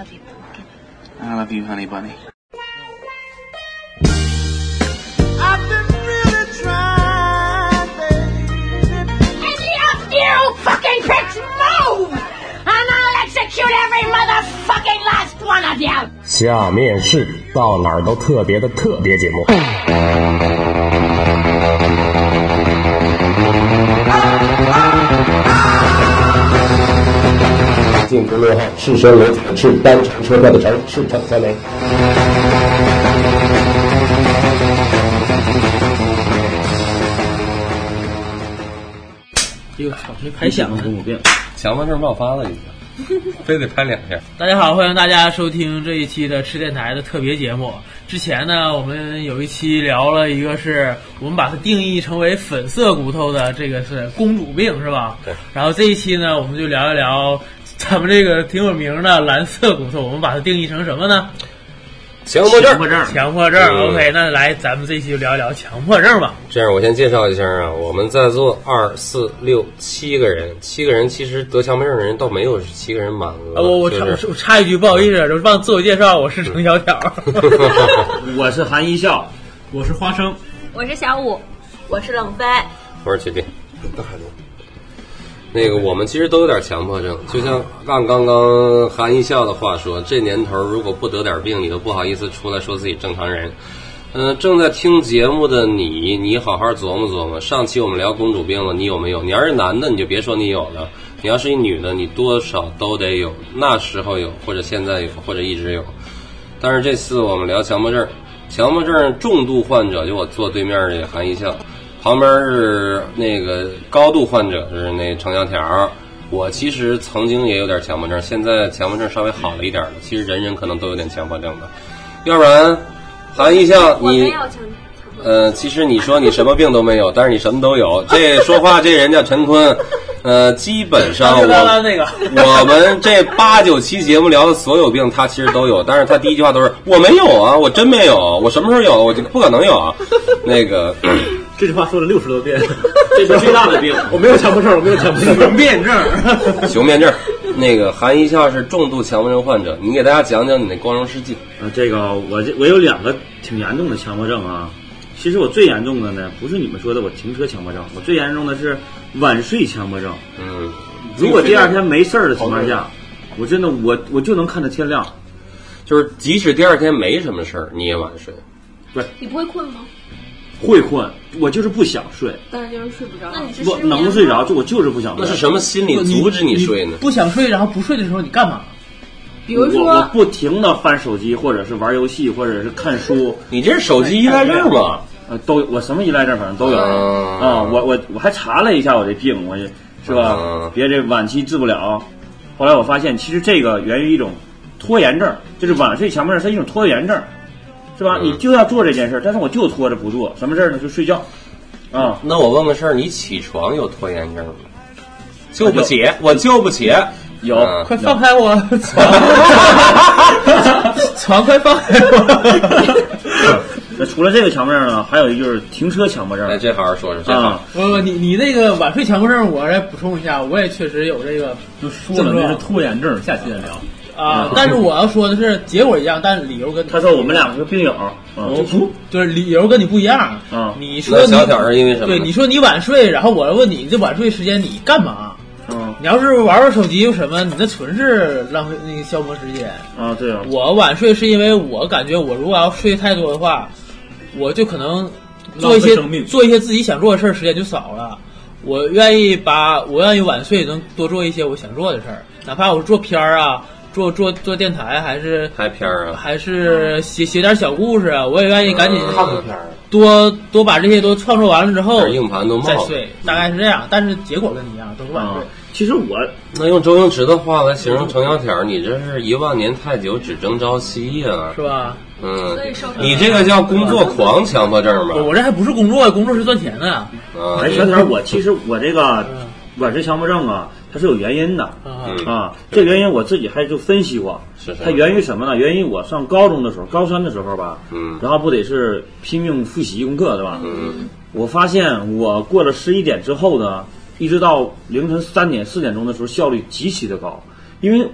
love you, pumpkin. I love you, honey bunny. I've been really trying, baby. Any of you fucking pricks move! And I'll execute every motherfucking last one of you! 下面是到哪儿都特别的特别节目。进公众号赤身裸体的赤，单程车票的程，赤诚三枚。 哎呦操！没拍响呢， 强迫症爆发了已经，非得拍2下。 大家好，欢迎大家收听这一期的吃电台的特别节目。之前呢，我们有一期聊了一个是我们把它定义成为粉色骨头的，这个是公主病，是吧？ 对。 然后这一期呢，我们就聊一聊咱们这个挺有名的蓝色骨头，我们把它定义成什么呢？ 强迫症。 强迫症。OK， 那来，咱们这一期就聊一聊强迫症吧。 这样，我先介绍一下啊，我们在座2、4、6、7个人，7个人其实得强迫症的人倒没有7个人满额。 我插一句，不好意思，就是帮自我介绍，我是程小条， 我是韩一笑， 我是花生， 我是小五，我是冷飞， 我是铁定。那个我们其实都有点强迫症，就像按刚刚韩一笑的话说，这年头如果不得点病，你都不好意思出来说自己正常人。正在听节目的你好好琢磨琢磨。上期我们聊公主病了，你有没有？你要是男的，你就别说你有了；你要是一女的，你多少都得有。那时候有，或者现在有，或者一直有。但是这次我们聊强迫症，强迫症重度患者就我坐对面这个韩一笑。旁边是那个高度患者，是那程小条。我其实曾经也有点强迫症，现在强迫症稍微好了一点了。其实人可能都有点强迫症的，要不然韩一笑你其实你说你什么病都没有，但是你什么都有。这说话这人叫陈坤，基本上我们这8、9期节目聊的所有病，他其实都有，但是他第一句话都是我没有啊，我真没有，我什么时候有？我就不可能有啊。那个。 这句话说了60多遍， 这是最大的病。 我没有强迫症，我没有强迫症。 熊面症， 熊面症。那个韩一笑是重度强迫症患者，你给大家讲讲你那光荣事迹。 这个我有2个挺严重的强迫症啊。其实我最严重的呢，不是你们说的我停车强迫症，我最严重的是晚睡强迫症。如果第二天没事儿的情况下，我真的我就能看到天亮， 就是即使第二天没什么事儿，你也晚睡。 对， 你不会困吗？ 会困，我就是不想睡， 但是就是睡不着。那你是不能睡着，我就是不想睡。 那是什么心理阻止你睡呢？ 不想睡，然后不睡的时候你干嘛？ 比如说我不停的翻手机，或者是玩游戏，或者是看书。 你这是手机依赖症吗？ 都我什么依赖症反正都有啊。我还查了一下我这病，我是吧？别这晚期治不了。后来我发现，其实这个源于一种拖延症，就是晚睡强迫症，它是一种拖延症。是吧？你就要做这件事，但是我就拖着不做。什么事呢？就睡觉。啊， 那我问个事儿，你起床有拖延症吗？救不起，我救不起。 有， 快放开我！床，快放开我！ 那除了这个强迫症呢，还有一个就是停车强迫症。 哎，这好好说说，这好。 你那个晚睡强迫症，我来补充一下，我也确实有这个。 就说了那是拖延症，下期再聊。 但是我要说的是结果一样，但是理由跟他说我们2个是病友， 就是理由跟你不一样。你说小点是因为什么？ 对，你说你晚睡，然后我问你这晚睡时间你干嘛？你要是玩手机什么，你这纯是浪费那个消磨时间啊。对啊， 我晚睡是因为我感觉我如果要睡太多的话，我就可能做一些自己想做的事儿，时间就少了。我愿意晚睡，能多做一些我想做的事儿，哪怕我是做片儿啊。做电台还是拍片啊， 还是写点小故事啊，我也愿意赶紧看片儿， 多把这些都创作完了之后， 硬盘都冒再睡，大概是这样。但是结果跟你一样，都是晚睡。 其实我那用周星驰的话来形容程小条，你这是10000年太久，只争朝夕呀， 是吧？ 你这个叫工作狂强迫症吧？ 我这还不是工作，工作是赚钱的。 小条，其实我这个晚睡强迫症啊。它是有原因的这原因我自己还就分析过，它源于什么呢？源于我上高中的时候，高3的时候吧，然后不得是拼命复习功课对吧？我发现我过了11点之后呢，一直到凌晨3点4点钟的时候，效率极其的高，因为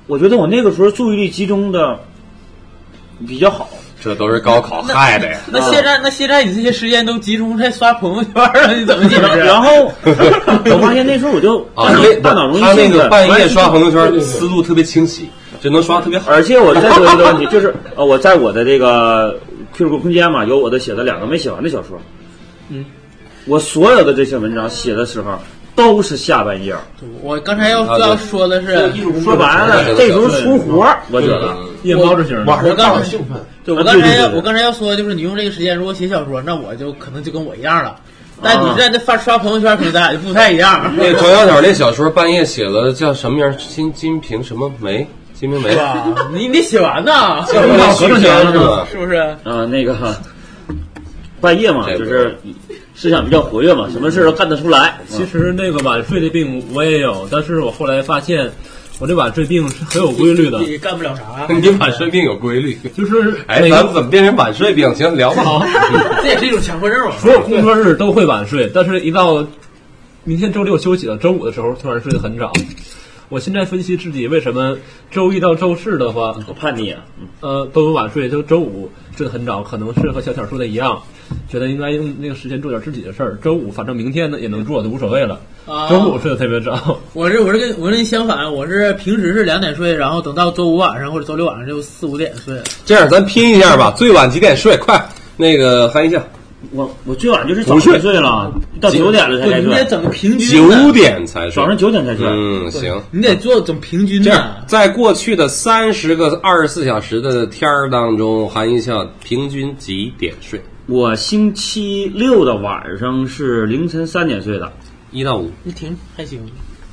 我觉得我那个时候注意力集中的比较好。 这都是高考害的呀。 那现在你这些时间都集中在刷朋友圈了，你怎么解释？ 然后我发现那时候我就大脑容易他那个半夜刷朋友圈思路特别清晰，就能刷特别好。 而且我再说一个问题，就是我在我的这个 QQ 空间嘛，有我的写的2个没写完的小说。我所有的这些文章写的时候都是下半夜。 我刚才要说的是， 说白了，这时候出活，我觉得夜猫子型。 我刚才要说的就是，你用这个时间如果写小说，那我就可能就跟我一样了。但你在那刷朋友圈，可能咱俩就不太一样。 那黄小鸟那小说半夜写了叫什么名？金瓶什么梅？金瓶梅。 你得写完呐， 合成写完了是吧？ 是不是？ 那个半夜嘛，就是思想比较活跃嘛，什么事都干得出来。 其实那个晚睡的病我也有，但是我后来发现，我这晚睡病是很有规律的。 你干不了啥？ 你晚睡病有规律， 就是咱们怎么变成晚睡病？行，聊吧。好， 这也是一种强迫症嘛。 所有工作日都会晚睡，但是一到明天周6休息了，周5的时候突然睡得很早。我现在分析自己为什么周1到周4的话， 我叛逆啊， 都有晚睡，就周5睡得很早，可能是和小小说的一样，觉得应该用那个时间做点自己的事儿。周5反正明天呢也能做，就无所谓了。周5睡得特别早。 我跟你相反，我是平时是2点睡，然后等到周5晚上或者周6晚上就4、5点睡。 这样咱拼一下吧，最晚几点睡？快，那个韩一笑。 我最晚就是早睡了，到9点了才睡。 你得整个平均。 9点才睡， 早上9点才睡。 行。 你得做整平均的。 在过去的30个24小时的天儿当中，韩一笑平均几点睡？ 我星期6的晚上是凌晨3点睡的 ，1到5。 你挺还行。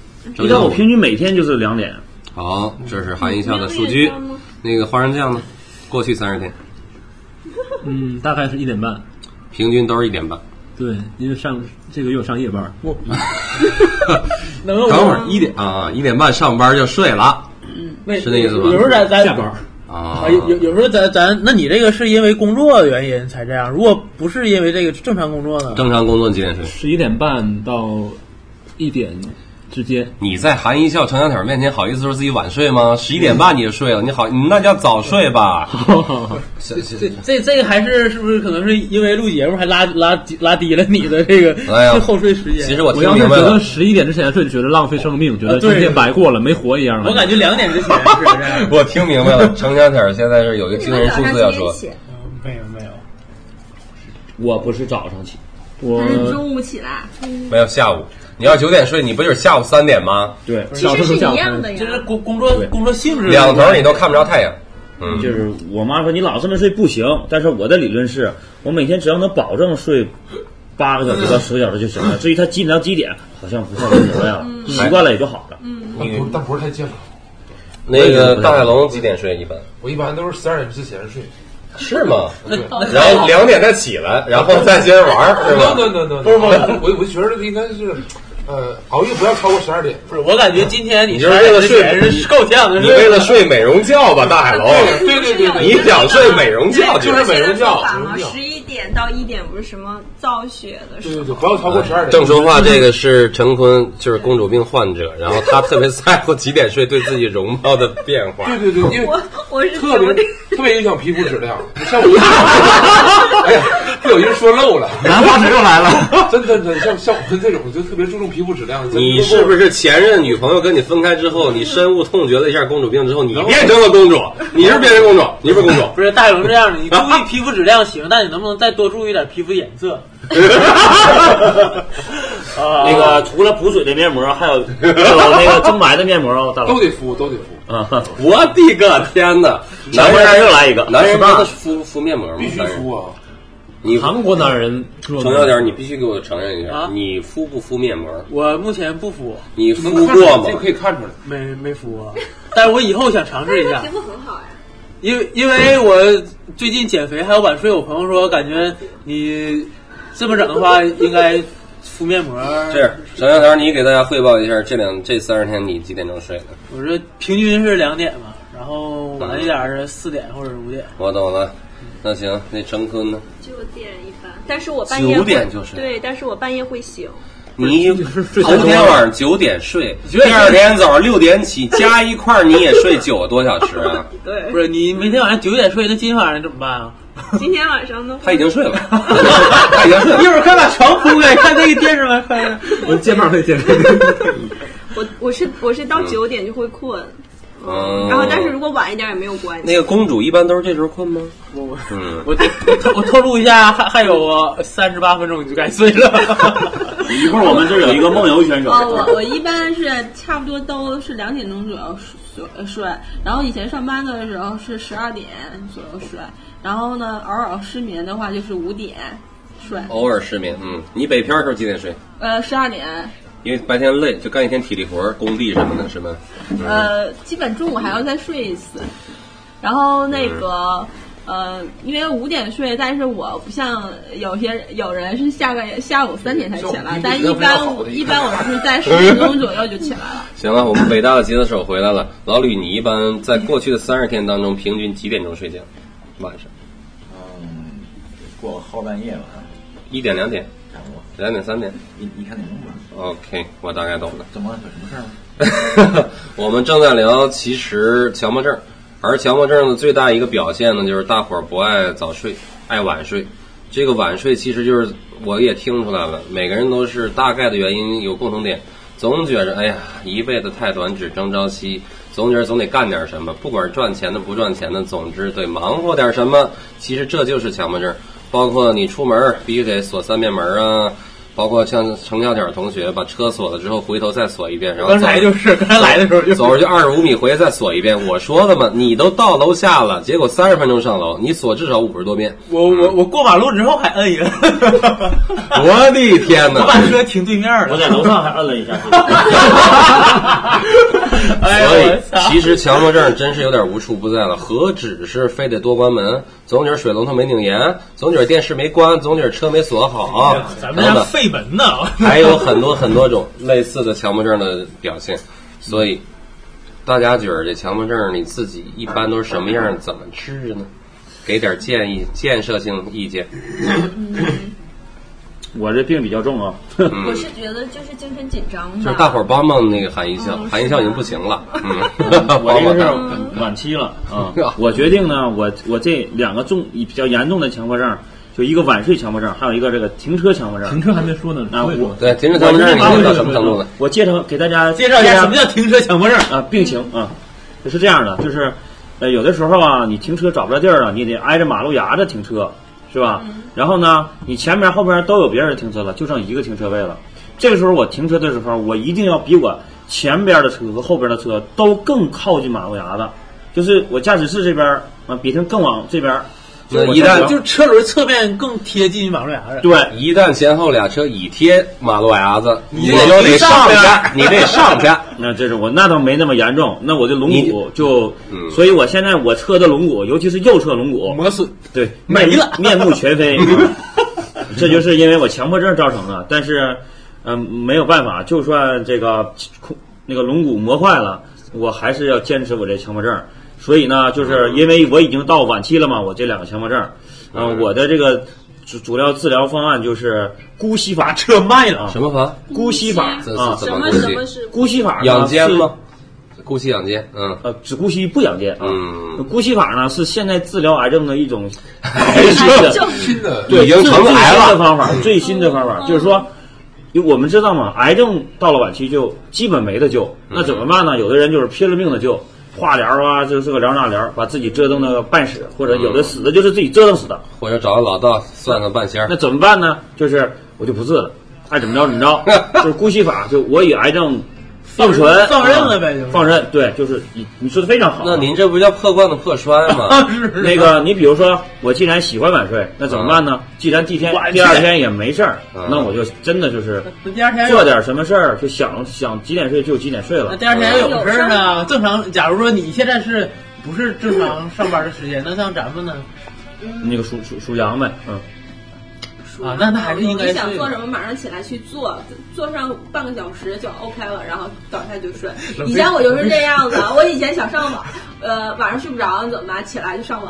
1到5平均每天就是2点。 好，这是韩一笑的数据。那个花生酱呢？过去30天。 大概是1点半。 平均都是1点半。 对，因为这个月上夜班。 等会儿1点半上班就睡了，是那意思吗？ 有时候咱下班有时候咱，那你这个是因为工作的原因才这样？如果不是因为这个正常工作呢？ 正常工作几点睡 ？11点半到1点之间。 你在韩一笑、程小鸟面前好意思说自己晚睡吗？11点半你就睡了，你那叫早睡吧？ 这个还是不是可能是因为录节目还拉低了你的这个后睡时间？ 其实我要是觉得11点之前睡，就觉得浪费生命，觉得今天白过了，没活一样了。 我感觉2点之前是这样。 我听明白了，程小鸟现在是有一个惊人数字要说。 没有， 我不是早上起， 我是中午起来。 没有下午。你要9点睡，你不就是下午3点吗？ 对， 其实是一样的呀。 就是工作性质， 两头你都看不着太阳。 就是我妈说你老这么睡不行，但是我的理论是我每天只要能保证睡8个小时到10个小时就行了。至于他几点到几点，好像不太无所谓了，习惯了也就好了。 但不是太健康。 那个大海龙几点睡？一般我一般都是12点之前睡。 是吗？然后2点再起来，然后再接着玩，是吧？ 不是，我觉得应该是。熬夜不要超过12点。 不是，我感觉今天你就是为了睡是够呛的。 你为了睡美容觉吧，大海龙。 对， 你想睡美容觉就是美容觉。 11点到1点不是什么造血的时候。 对，不要超过12点。 正说话，这个是陈坤，就是公主病患者，然后他特别在乎几点睡对自己容貌的变化。 对，因为我是特别影响皮肤质量。像我，哎呀，不小心说漏了， 兰花指又来了。 真像我们这种就特别注重皮肤质量。 你是不是前任女朋友跟你分开之后，你深恶痛绝了一下公主病之后，你变成了公主？你是变成公主，你不是公主？ 不是大龙这样的，你注意皮肤质量行，但你能不能再多注意点皮肤颜色？ 那个除了补水的面膜，还有那个增白的面膜哦，大佬都得敷。 我的个天哪！ 男人又来一个， 男人真的敷面膜吗？ 必须敷啊！ 你韩国男人程小点，你必须给我承认一下，你敷不敷面膜？ 我目前不敷。 你敷过吗？ 这个可以看出来。 没敷啊，但是我以后想尝试一下。 皮肤很好呀。 因为我最近减肥还有晚睡，我朋友说感觉你这么整的话应该敷面膜。 这样，程小条，你给大家汇报一下这30天你几点钟睡的？ 我这平均是2点嘛，然后晚一点是4点或者5点。 我懂了。那行，那陈坤呢 ？9点一般，但是我半夜 9点就睡。 对，但是我半夜会醒。 你头天晚上9点睡，第二天早上6点起，加一块你也睡9个多小时啊？ 对， 不是你每天晚上9点睡，那今天晚上怎么办啊？ 今天晚上呢？ 他已经睡了，他已经睡了。 一会儿快把床铺开，看那个电视吧，快！ 我肩膀会健身。 我是到9点就会困。然后，但是如果晚一点也没有关系。 那个公主一般都是这时候困吗？ 我透露一下，还有38分钟你就该睡了。 一会儿我们这儿有一个梦游选手。 我一般是差不多都是2点钟左右睡，然后以前上班的时候是12点左右睡，然后呢偶尔失眠的话就是5点睡。偶尔失眠，你北漂的时候几点睡 ？12点。 因为白天累，就干一天体力活，工地什么的，是吧？ 基本中午还要再睡一次，然后那个因为5点睡，但是我不像有人是下午3点才起来，但一般我是在10分钟左右就起来了。 行了，我们伟大的吉他手回来了。老吕，你一般在过去的30天当中，平均几点钟睡觉？晚上？ 过后半夜吧。 1点2点。2点3点， 你看哪种吧 ？OK， 我大概懂了。 怎么有什么事儿吗？ 我们正在聊，其实强迫症，而强迫症的最大一个表现呢，就是大伙儿不爱早睡，爱晚睡。这个晚睡其实就是我也听出来了，每个人都是大概的原因有共同点，总觉着哎呀一辈子太短，只争朝夕，总觉着总得干点什么，不管是赚钱的不赚钱的，总之得忙活点什么。其实这就是强迫症。包括你出门必须得锁3面门啊，包括像程小点同学把车锁了之后回头再锁一遍，然后刚才来的时候就走出去25米回去再锁一遍。我说的嘛，你都到楼下了，结果30分钟上楼，你锁至少50多遍。 我过马路之后还摁一摁。 我的天哪！ 我把车停对面了， 我在楼上还摁了一下。 所以其实强迫症真是有点无处不在了，何止是非得多关门，总觉得水龙头没拧严，总觉得电视没关，总觉得车没锁好， 咱们家废门呢。 还有很多种类似的强迫症的表现。所以大家觉得这强迫症你自己一般都是什么样，怎么治呢？给点建议，建设性意见。 我这病比较重啊。 我是觉得就是精神紧张吧。 就是大伙儿帮帮那个韩一笑，韩一笑已经不行了。 我这个是晚期了啊。我决定呢，我这2个比较严重的强迫症，就一个晚睡强迫症，还有一个这个停车强迫症。 停车还没说呢啊， 对停车强迫症你到什么程度呢？ 我给大家介绍一下什么叫停车强迫症啊，病情啊，就是这样的，就是有的时候啊，你停车找不着地儿了，你得挨着马路牙子停车。是吧？然后呢，你前面后边都有别人停车了，就剩一个停车位了。这个时候我停车的时候，我一定要比我前边的车和后边的车都更靠近马路牙子，就是我驾驶室这边啊，比他更往这边。 一旦就是车轮侧面更贴近马路牙子。 对， 一旦前后俩车已贴马路牙子，你就得上去，你得上去。 那这是我那倒没那么严重，那我的龙骨就，所以我现在我车的龙骨，尤其是右侧龙骨磨损， 对， 没了， 面目全非。这就是因为我强迫症造成的，但是，没有办法，就算这个那个龙骨磨坏了，我还是要坚持我这强迫症。所以呢，就是因为我已经到晚期了嘛，我这2个强迫症，我的这个主要治疗方案就是姑息法。 车卖了， 什么法？ 姑息法啊？ 什么是姑息法？ 养奸吗？姑息养奸， 只姑息不养奸啊。姑息法呢是现在治疗癌症的一种新的， 对， 已经成癌了的方法，最新的方法就是说。我们知道嘛，癌症到了晚期就基本没得救，那怎么办呢？有的人就是拼了命的救，化疗啊，这个疗那疗，把自己折腾的半死，或者有的死的就是自己折腾死的， 或者找个老道算个半仙。 那怎么办呢？就是我就不治了，爱怎么着怎么着，就是姑息法，就我与癌症并存， 放任了呗， 放任，对，就是你说的非常好。 那您这不叫破罐子破摔吗？ 那个，你比如说，我既然喜欢晚睡，那怎么办呢？既然第二天也没事儿，那我就真的就是第二天做点什么事儿，就想几点睡就几点睡了。 那第二天有事儿呢？正常，假如说你现在不是正常上班的时间，那像咱们呢？ 那个属羊呗， 啊，那还是应该你想做什么，马上起来去做，做上半个小时就 OK 了，然后倒下就睡。以前我就是这样子，我以前想上网，晚上睡不着怎么办？起来就上网，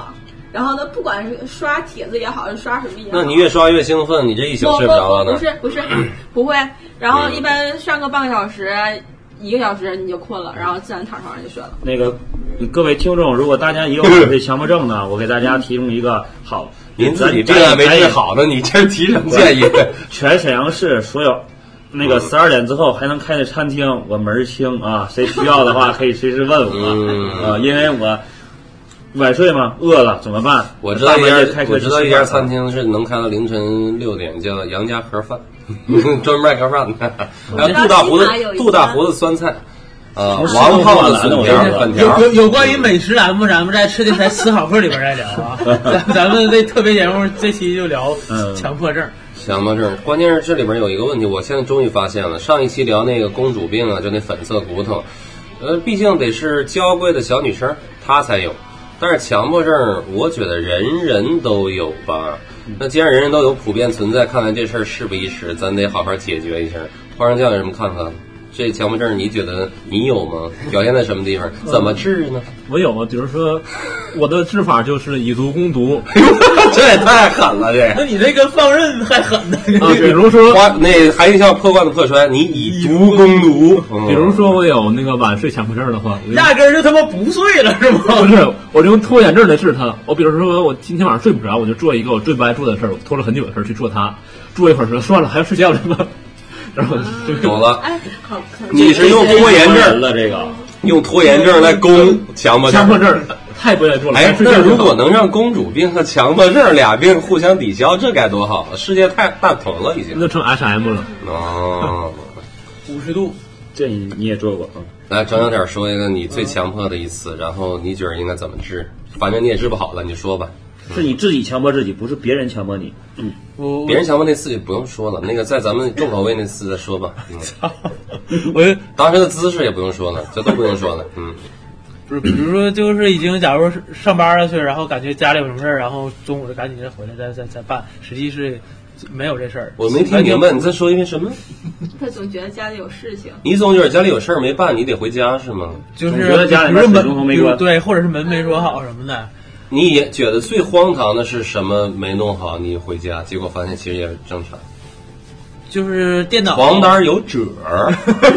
然后呢，不管是刷帖子也好，是刷什么也好， 那你越刷越兴奋，你这一宿睡不着了呢？ 不是，不会。然后一般上个半个小时、1个小时你就困了，然后自然躺床上就睡了。 那个各位听众，如果大家也有晚睡强迫症呢，我给大家提供一个好， 您自己这还没治好呢，你这提什么建议？ 全沈阳市所有那个12点之后还能开的餐厅，我门儿清啊，谁需要的话可以随时问我因为我晚睡嘛，饿了怎么办？ 我知道一家餐厅是能开到凌晨6点，叫杨家盒饭，专门卖盒饭的，还有杜大胡子酸菜。王胖子薯条、粉条。 有关于美食栏目，咱们在吃电台思考课里边再聊啊。咱们这特别节目这期就聊强迫症。 强迫症，关键是这里边有一个问题，我现在终于发现了。上一期聊那个公主病啊，就那粉色骨头，毕竟得是娇贵的小女生她才有。但是强迫症，我觉得人人都有吧。那既然人人都有，普遍存在，看来这事儿事不宜迟，咱得好好解决一下。花生酱有什么看法？这强迫症你觉得你有吗？表现在什么地方？怎么治呢？ 我有啊，比如说我的治法就是以毒攻毒， 这也太狠了这。 那你这跟放任还狠呢？ 比如说那还一笑破罐子破摔，你以毒攻毒。 比如说我有那个晚睡强迫症的话， 压根儿就他妈不睡了是吗？ 不是，我就用拖延症来治它。我比如说我今天晚上睡不着，我就做一个我最不爱做的事儿，我拖了很久的事儿去做它，做一会儿说算了，还要睡觉了吗？然后懂了， 哎，好， 你是用拖延症了，这个用拖延症来攻强迫症， 太不愿意做了。 哎，那如果能让公主病和强迫症俩病互相抵消，这该多好啊！世界太大同了，已经那成 SM 了。 哦 ，50度， 这你也做过啊？ 来，张小点说一个你最强迫的一次，然后你觉得应该怎么治？反正你也治不好了，你说吧。 是你自己强迫自己，不是别人强迫你。 别人强迫那次就不用说了，那个在咱们重口味那次再说吧。 我当时的姿势也不用说了，这都不用说了。 不是，比如说就是已经，假如上班了去，然后感觉家里有什么事儿，然后中午就赶紧回来再办，实际是没有这事儿。 我没听明白，你再说一遍什么？ 他总觉得家里有事情。 你总觉得家里有事儿没办，你得回家是吗？ 就是觉得家里面门没关， 对，或者是门没锁好什么的。 你也觉得最荒唐的是什么？没弄好，你回家，结果发现其实也是正常。 就是电脑床单有褶儿，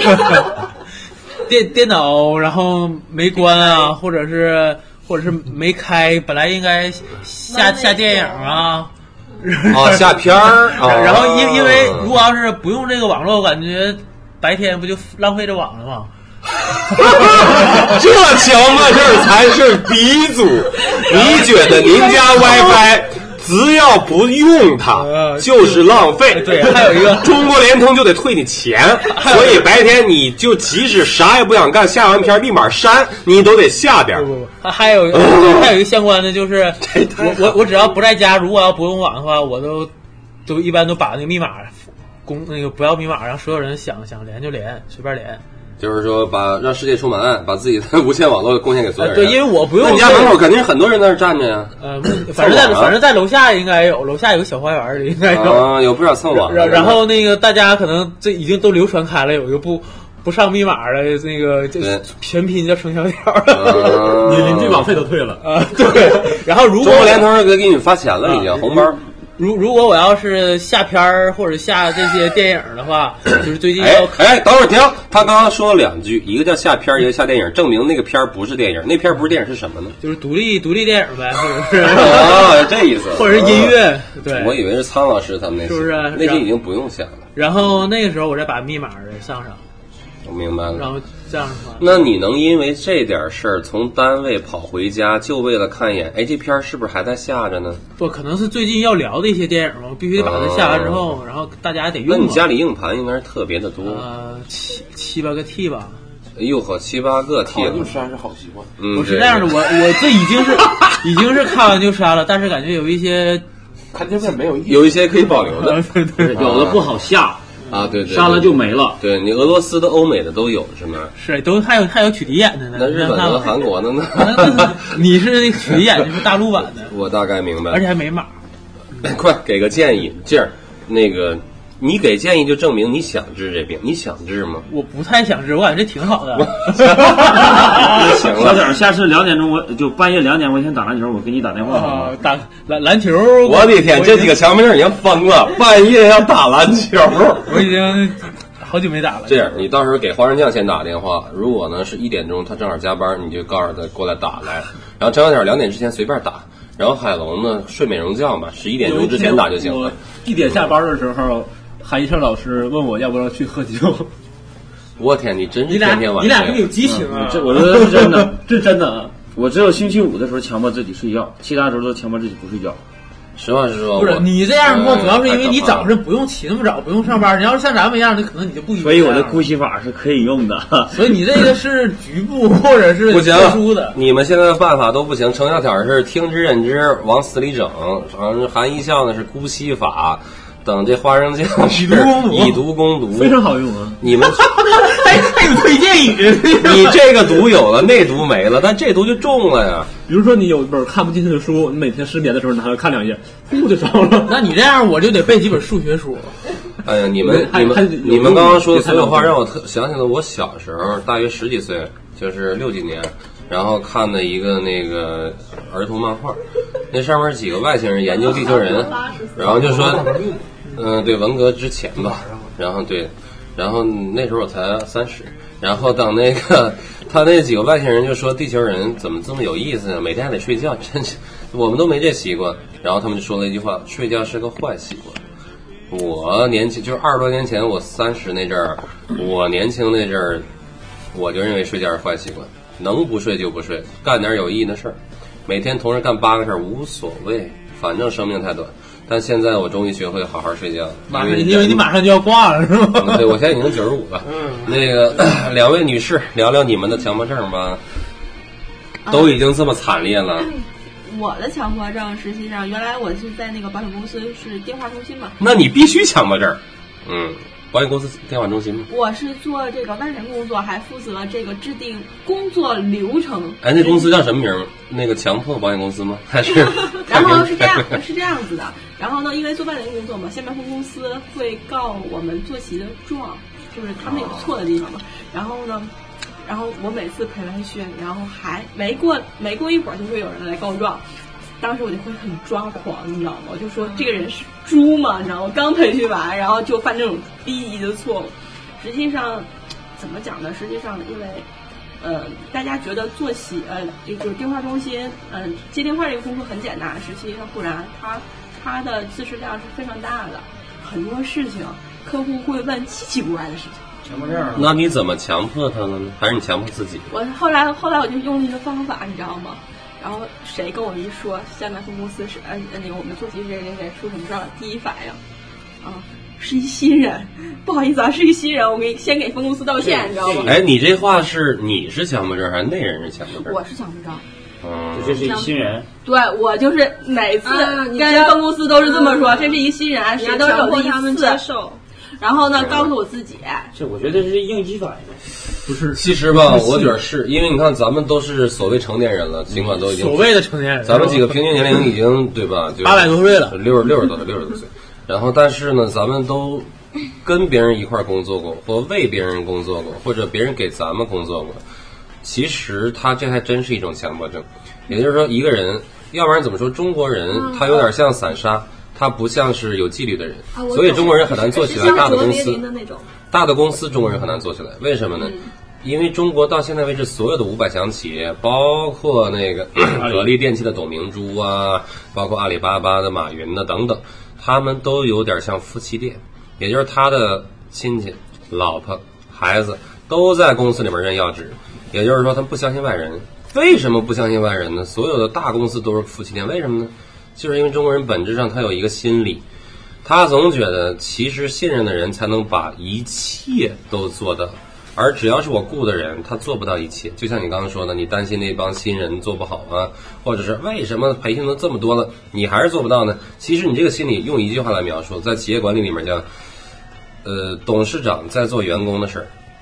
电脑然后没关啊，或者是没开，本来应该下电影啊， 下片儿， 然后因为如果要是不用这个网络，我感觉白天不就浪费这网了吗？ 这强迫症才是鼻祖。你觉得您家 WiFi 只要不用它就是浪费？ 对，还有一个中国联通就得退你钱，所以白天你就即使啥也不想干，下完片立马删，你都得下边。 不，还有一个相关的，就是我只要不在家，如果要不用网的话，我都一般都把那个密码那个不要密码，让所有人想连就连，随便连。 就是说，让世界充满爱，把自己的无线网络贡献给所有人。 对，因为我不用。 那你家门口肯定是很多人在那站着呀。 反正在楼下应该有，楼下有个小花园里应该有。 有不少蹭网。 然后那个大家可能这已经都流传开了，有一个不上密码的那个全拼叫程小条。 你邻居网费都退了啊？对。然后如果中国联通给你发钱了，已经红包。 如果我要是下片儿或者下这些电影的话，就是最近要等会儿停，他刚刚说了2句，一个叫下片儿，一个下电影，证明那个片儿不是电影，那片儿不是电影是什么呢？ 就是独立电影呗，或者是这意思， 或者是音乐。对， 我以为是苍老师他们那些， 是不是？ 那些已经不用下了。 然后那个时候我再把密码上。 我明白了。 然后这样的话， 那你能因为这点事儿从单位跑回家，就为了看一眼？这片儿是不是还在下着呢？ 不，可能是最近要聊的一些电影嘛，我必须得把它下完之后，然后大家得用。 那你家里硬盘应该是特别的多 ，7、8个 T 吧。 哎呦呵，7、8个 T， 看完就删是好习惯。 我是这样的，我这已经是看完就删了，但是感觉有一些看见面没有意思， 有一些可以保留的， 有的不好下。 对， 删了就没了。 对，你俄罗斯的、欧美的都有是吗？ 是，还有取敌眼的呢。 那日本的、韩国的呢？ 你是那取敌眼，就是大陆版的。 我大概明白。 而且还没码。 快给个建议，这样那个你给建议就证明你想治这病，你想治吗？ 我不太想治，我感觉这挺好的。 行了， 小点，下次2点钟我就半夜2点，我先打篮球，我给你打电话。 打篮球， 我的天，这几个强迫症已经疯了，半夜要打篮球， 我已经好久没打了。 这样，你到时候给花生酱先打电话，如果呢是1点钟他正好加班，你就告诉他过来打来，然后正好2点之前随便打。然后海龙呢睡美容觉嘛，11点钟之前打就行了。 1点下班的时候，韩医生老师问我要不要去喝酒。 我天，你真是天天晚上。 你俩这么有激情啊！ 这我觉得是真的， 这是真的啊！ 我只有星期5的时候强迫自己睡觉，其他时候都强迫自己不睡觉。 实话实说， 不是你这样做，主要是因为你早上不用起那么早，不用上班。你要是像咱们一样的，可能你就不一样。 所以我的呼吸法是可以用的。 所以你这个是局部或者是特殊的。 你们现在的办法都不行。程小挑是听之任之，往死里整；韩一笑呢是姑息法。等这花生酱是以毒攻毒， 非常好用啊！ 你们还有推荐语， 你这个毒有了，那毒没了，但这毒就中了呀。 比如说你有一本看不进去的书，你每天失眠的时候拿它看2页，呼就着了。 那你这样我就得背几本数学书。 哎呀，你们刚刚说的所有话让我想起了我小时候，大约10几岁，就是60几年，然后看的一个那个儿童漫画，那上面几个外星人研究地球人，然后就说。对，文革之前吧，然后对，然后那时候我才30，然后等那个他那几个外星人就说地球人怎么这么有意思呢？每天还得睡觉，真是我们都没这习惯。然后他们就说了一句话：睡觉是个坏习惯。我年轻就是20多年前，我30那阵儿，我年轻那阵儿，我就认为睡觉是坏习惯，能不睡就不睡，干点有意义的事儿，每天同时干8个事儿无所谓，反正生命太短。但现在我终于学会好好睡觉， 因为你马上就要挂了，是吗？ 对，我现在已经95了。那个2位女士，聊聊你们的强迫症吧。都已经这么惨烈了。 我的强迫症实际上，原来我是在那个保险公司是电话中心嘛。 那你必须强迫症。保险公司电话中心吗？ 我是做这个外联工作，还负责这个制定工作流程。 哎，那公司叫什么名？那个强迫保险公司吗？还是？ 然后是这样子的。然后呢，因为做外联工作嘛，下面分公司会告我们坐席的状，就是他们有错的地方嘛。然后我每次赔完宣，然后还没过一会儿就会有人来告状。当时我就会很抓狂，你知道吗？我就说这个人是猪嘛，你知道吗？刚培训完，然后就犯这种低级的错误。实际上，怎么讲呢？实际上，因为大家觉得做席就是电话中心接电话这个工作很简单，实际上不然，它的自食量是非常大的，很多事情客户会问奇奇怪怪的事情。 那你怎么强迫他了呢？还是你强迫自己？ 我后来我就用了一个方法，你知道吗？然后谁跟我一说下面分公司是那个我们坐席谁出什么事儿，第一反应是一新人，不好意思啊，是一新人，我先给分公司道歉，你知道吗？ 哎，你这话是你是强迫症还是那人是强迫症？ 我是强迫症。 这是一新人。 对，我就是每次跟分公司都是这么说，这是一新人，谁都有第一次。然后呢，告诉我自己， 这我觉得是应激反应。 不是， 其实吧，我觉得是因为你看，咱们都是所谓成年人了，尽管都已经所谓的成年人， 咱们几个平均年龄已经对吧 ？800多岁了 ，60多岁。然后，但是呢，咱们都跟别人一块工作过，或为别人工作过，或者别人给咱们工作过。其实他这还真是一种强迫症，也就是说，一个人，要不然怎么说中国人他有点像散沙，他不像是有纪律的人，所以中国人很难做起来大的公司。大的公司中国人很难做起来，为什么呢？因为中国到现在为止所有的500强企业，包括那个格力电器的董明珠啊，包括阿里巴巴的马云的等等，他们都有点像夫妻店，也就是他的亲戚、老婆、孩子都在公司里面任要职，也就是说他们不相信外人。为什么不相信外人呢？所有的大公司都是夫妻店，为什么呢？就是因为中国人本质上他有一个心理，他总觉得其实信任的人才能把一切都做到，而只要是我雇的人，他做不到一切。就像你刚刚说的，你担心那帮新人做不好啊，或者是为什么培训都这么多了，你还是做不到呢？其实你这个心理用一句话来描述，在企业管理里面叫董事长在做员工的事儿，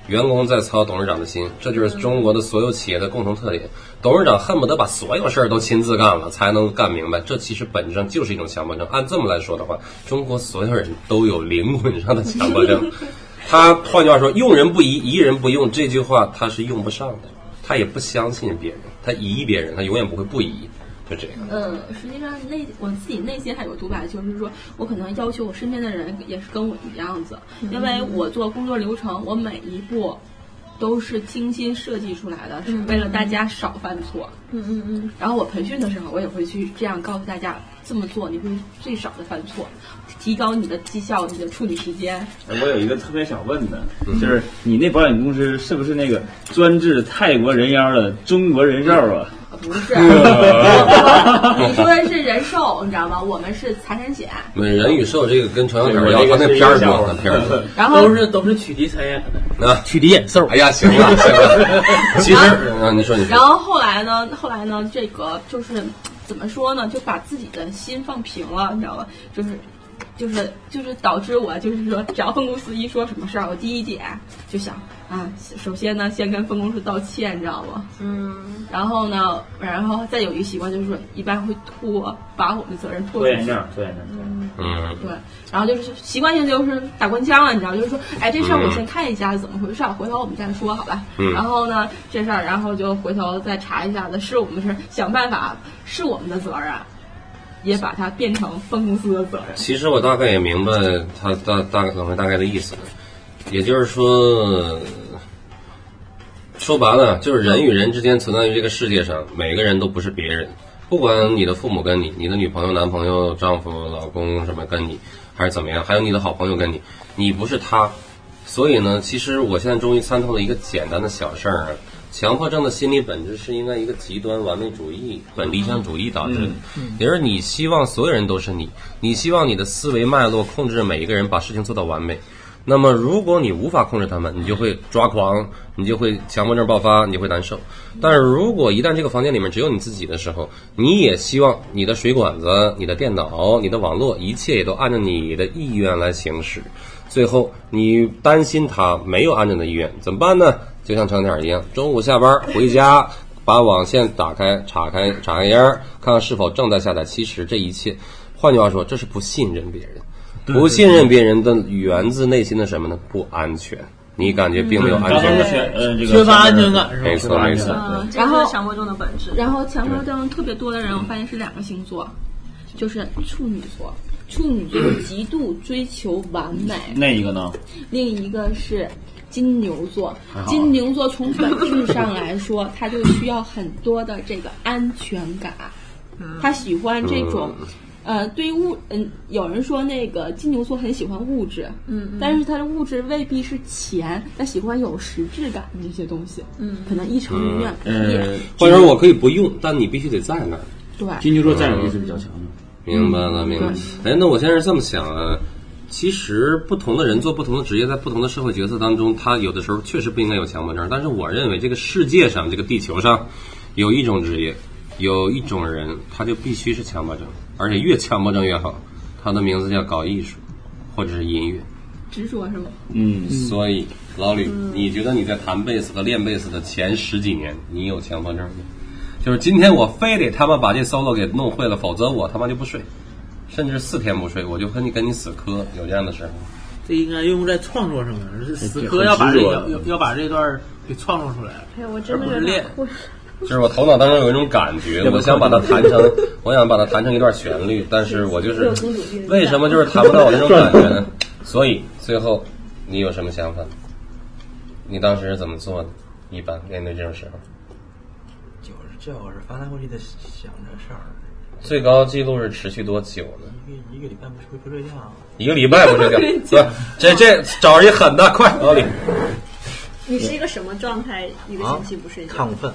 员工在操董事长的心，这就是中国的所有企业的共同特点。董事长恨不得把所有事儿都亲自干了，才能干明白。这其实本质上就是一种强迫症。按这么来说的话，中国所有人都有灵魂上的强迫症。他换句话说，用人不疑，疑人不用，这句话他是用不上的。他也不相信别人，他疑别人，他永远不会不疑。就这个。 实际上我自己内心还有独白，就是说我可能要求我身边的人也是跟我一样子，因为我做工作流程，我每一步都是精心设计出来的，是为了大家少犯错。然后我培训的时候，我也会去这样告诉大家，这么做你会最少的犯错，提高你的绩效，你的处理时间。 我有一个特别想问的，就是你那保险公司是不是那个专治泰国人妖的中国人寿啊？ 不是，你说的是人寿，你知道吗？我们是财产险。 人与兽这个跟程小点要他那片儿多，那片儿。 然后都是取缔参演的啊，取缔演兽。 哎呀，行了。其实你说。 然后后来呢，这个就是怎么说呢？就把自己的心放平了，你知道吧？就是导致我就是说，只要分公司一说什么事儿，我第一点就想啊，首先呢，先跟分公司道歉，你知道吗？然后呢，然后再有一个习惯就是说，一般会把我们的责任拖延症， 对。 然后就是习惯性就是打官腔了，你知道，就是说，哎，这事儿我先看一下怎么回事，回头我们再说，好吧？然后呢，这事儿，然后就回头再查一下子，是我们的事，想办法是我们的责任。也把它变成分公司的责任。 其实我大概也明白他大概的意思，也就是说，说白了就是人与人之间存在于这个世界上，每个人都不是别人，不管你的父母跟你的女朋友、男朋友、丈夫、老公什么跟你，还是怎么样，还有你的好朋友跟你，你不是他。所以呢，其实我现在终于参透了一个简单的小事儿啊。强迫症的心理本质是应该一个极端完美主义、本理想主义导致的，也就是你希望所有人都是你希望你的思维脉络控制每一个人，把事情做到完美。那么如果你无法控制他们，你就会抓狂，你就会强迫症爆发，你就会难受。但是如果一旦这个房间里面只有你自己的时候，你也希望你的水管子、你的电脑、你的网络，一切也都按照你的意愿来行驶。最后你担心他没有按照你的意愿，怎么办呢？就像程点一样，中午下班回家，把网线打开，插开烟，看看是否正在下载。其实这一切，换句话说，这是不信任别人。不信任别人的源自内心的什么呢？不安全。你感觉并没有安全感， 缺乏安全感是吧？ 没错没错。 然后强迫症的本质， 然后强迫症特别多的人，我发现是2个星座，就是处女座。处女座极度追求完美， 那一个呢？ 另一个是金牛座。金牛座从本质上来说，他就需要很多的这个安全感，他喜欢这种。对于有人说那个金牛座很喜欢物质，但是他的物质未必是钱，他喜欢有实质感的这些东西，可能一成永远不变。 或者说我可以不用，但你必须得在那儿。 对， 金牛座占有欲是比较强的。 明白了。哎，那我现在是这么想啊，其实不同的人做不同的职业，在不同的社会角色当中，他有的时候确实不应该有强迫症。但是我认为这个世界上，这个地球上，有一种职业，有一种人，他就必须是强迫症，而且越强迫症越好。他的名字叫搞艺术，或者是音乐。 执着是吗？ 所以老吕，你觉得你在弹贝斯和练贝斯的前10几年，你有强迫症吗？就是今天我非得他妈把这 solo 给弄会了，否则我他妈就不睡，甚至4天不睡，我就跟你死磕，有这样的时候。 这应该用在创作上面，死磕要把这段给创作出来， 我真的而不是练。 就是我头脑当中有一种感觉，我想把它弹成一段旋律，但是我就是为什么就是弹不到我那种感觉呢？所以最后你有什么想法？你当时是怎么做的？一般面对这种时候， 就是翻来覆去的想这事儿。 最高记录是持续多久呢？ 一个礼拜不睡觉。 1个礼拜不睡觉，这找人狠的，快老李。 你是一个什么状态？一个星期不睡觉？ 亢奋。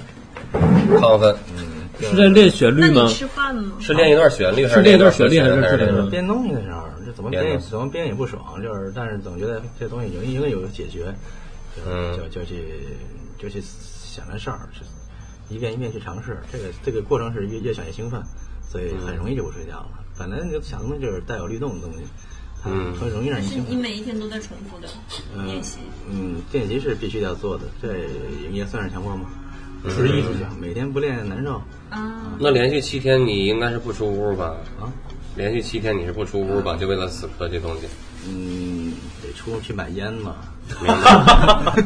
是在练旋律吗？ 那你吃饭吗？ 是练一段旋律， 是练一段旋律，还是编东西的时候，就怎么编也不爽，但是总觉得这东西应该有个解决，就去想这事儿，一遍一遍去尝试。这个过程是越想越兴奋，所以很容易就不睡觉了。本来就想东西就是带有律动的东西， 会容易让人是你每一天都在重复的练习。 练习是必须要做的，这也算是强迫吗？ 是艺术家， 每天不练难受啊。 那连续7天你应该是不出屋吧？啊，连续7天你是不出屋吧？就为了死磕这东西。 得出去买烟嘛。 明白。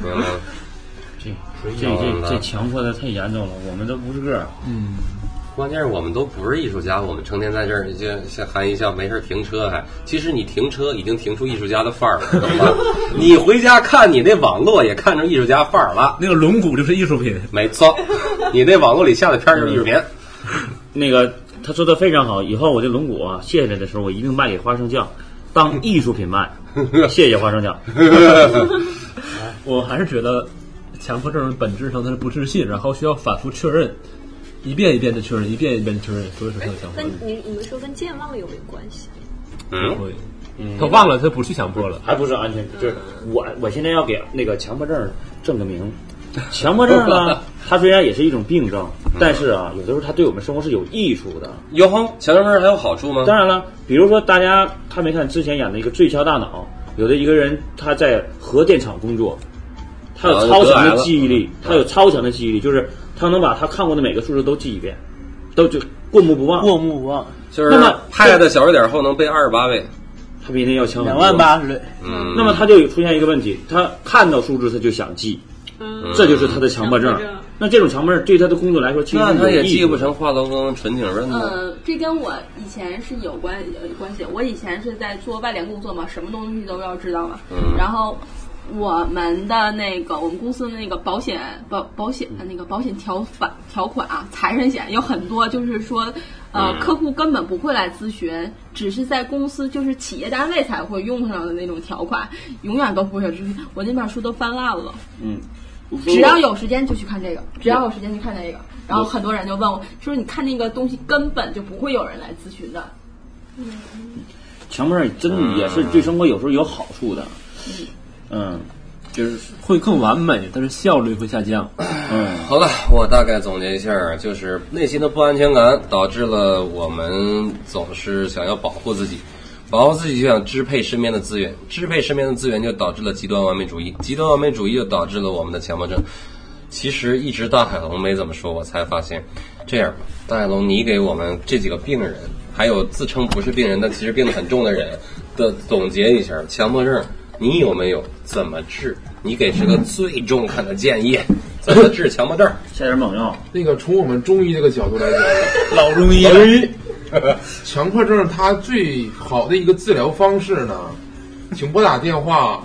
这强迫的太严重了，我们都不是个。 关键是我们都不是艺术家，我们成天在这儿就像含一笑没事停车还。其实你停车已经停出艺术家的范儿了，懂吗？你回家看你那网络也看出艺术家范儿了。 那个龙骨就是艺术品， 没错，你那网络里下的片就是艺术品。 那个他说的非常好，以后我这龙骨啊卸下来的时候，我一定卖给花生酱，当艺术品卖。谢谢花生酱。 我还是觉得强迫症本质上它是不自信，然后需要反复确认。一遍一遍的确认，一遍一遍的确认，所以说他强迫。 你们说跟健忘有没有关系？ 会。他忘了，他不去强迫了， 还不是安全。就是我现在要给那个强迫症正个名。强迫症呢，它虽然也是一种病症，但是啊，有的时候它对我们生活是有益处的。 有强迫症还有好处吗？ 当然了，比如说大家看没看之前演的一个《最强大脑》，有的一个人他在核电厂工作，他有超强的记忆力，就是他能把他看过的每个数字都记一遍，都就过目不忘。 就是那么派的小一点后能背28倍， 他比那要强 28000倍。 那么他就出现一个问题，他看到数字他就想记，这就是他的强迫症。那这种强迫症对他的工作来说，其实那他也记不成华罗庚、纯景润的。这跟我以前是有关系。我以前是在做外联工作嘛，什么东西都要知道嘛。然后我们的我们公司的那个保险的那个保险条款啊，财产险有很多，就是说客户根本不会来咨询，只是在公司就是企业单位才会用上的那种条款，永远都不会有咨询。我那本书都翻烂了。只要有时间就去看这个，然后很多人就问我说：“你看那个东西根本就不会有人来咨询的。” 强迫症真的也是对生活有时候有好处的。 就是会更完美，但是效率会下降。 好了，我大概总结一下，就是内心的不安全感导致了我们总是想要保护自己，就想支配身边的资源，支配身边的资源就导致了极端完美主义，极端完美主义就导致了我们的强迫症。其实一直大海龙没怎么说，我才发现，这样吧，大海龙，你给我们这几个病人，还有自称不是病人但其实病得很重的人的总结一下，强迫症你有没有？怎么治？你给是个最中肯的建议，怎么治强迫症？ 下点猛药。 那个从我们中医这个角度来讲， 老中医， 强迫症它最好的一个治疗方式呢，请拨打电话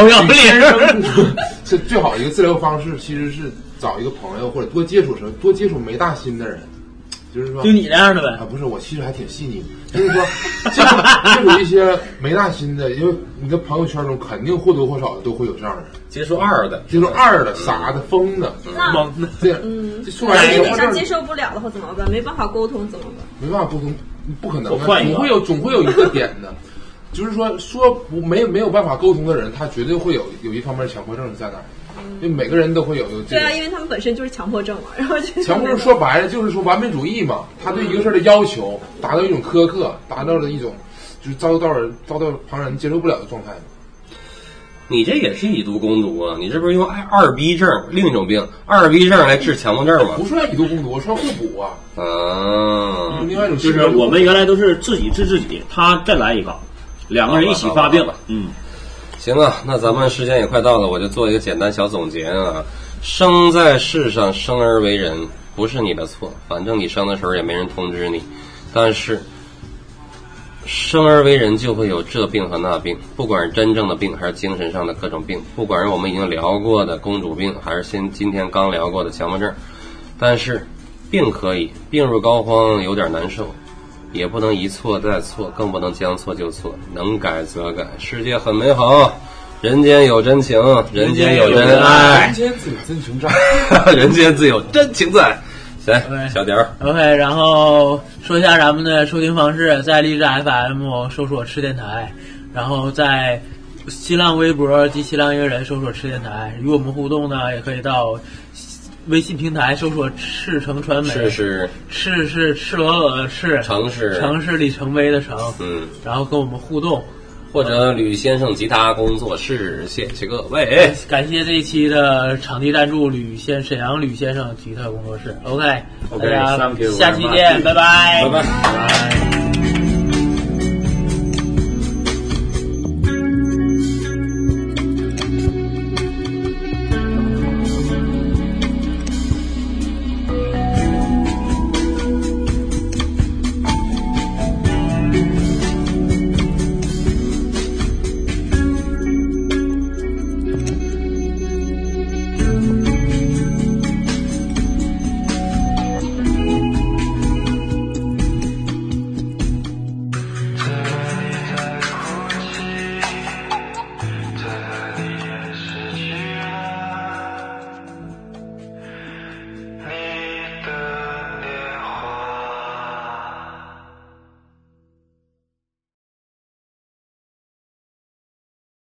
110。这最好的一个治疗方式其实是找一个朋友或者多接触没大心的人。就是说， 就你这样的呗啊，不是，我其实还挺细腻的。就是说，接触一些没大心的，因为你的朋友圈中肯定或多或少的都会有这样的人， 接触二的、 傻的、疯的、 懵的，这样。说白了， 心理上接受不了的话怎么办？没办法沟通怎么办？ 没办法沟通，不可能的，总会有一个点的。就是说没有办法沟通的人，他绝对会有一方面强迫症在那儿。因为每个人都会有对啊，因为他们本身就是强迫症嘛，然后强迫症说白了就是说完美主义嘛，他对一个事儿的要求达到一种苛刻，达到了一种就是遭到旁人接受不了的状态。 你这也是以毒攻毒啊！你这不是用二逼症另一种病二逼症来治强迫症吗？ 不是以毒攻毒，我说互补啊。另外一种就是我们原来都是自己治自己，他再来一个，两个人一起发病了。 行啊，那咱们时间也快到了，我就做一个简单小总结啊。生在世上，生而为人，不是你的错，反正你生的时候也没人通知你。但是，生而为人就会有这病和那病，不管是真正的病还是精神上的各种病，不管是我们已经聊过的公主病，还是今天刚聊过的强迫症。但是，病可以，病入膏肓有点难受。也不能一错再错，更不能将错就错，能改则改。世界很美好，人间有真情，人间有真爱， 人间自有真情在， 人间自有真情在。来，小点儿 OK， 然后说一下咱们的收听方式，在荔枝 FM 搜索吃电台，然后在新浪微博及新浪一个人搜索吃电台，与我们互动呢，也可以到微信平台搜索赤诚传媒， 是赤裸裸的赤， 城市里程碑的城，然后跟我们互动， 或者吕先生吉他工作室，谢谢各位， 感谢这一期的场地赞助沈阳吕先生吉他工作室。OK， 大家下期见，拜拜， 拜拜。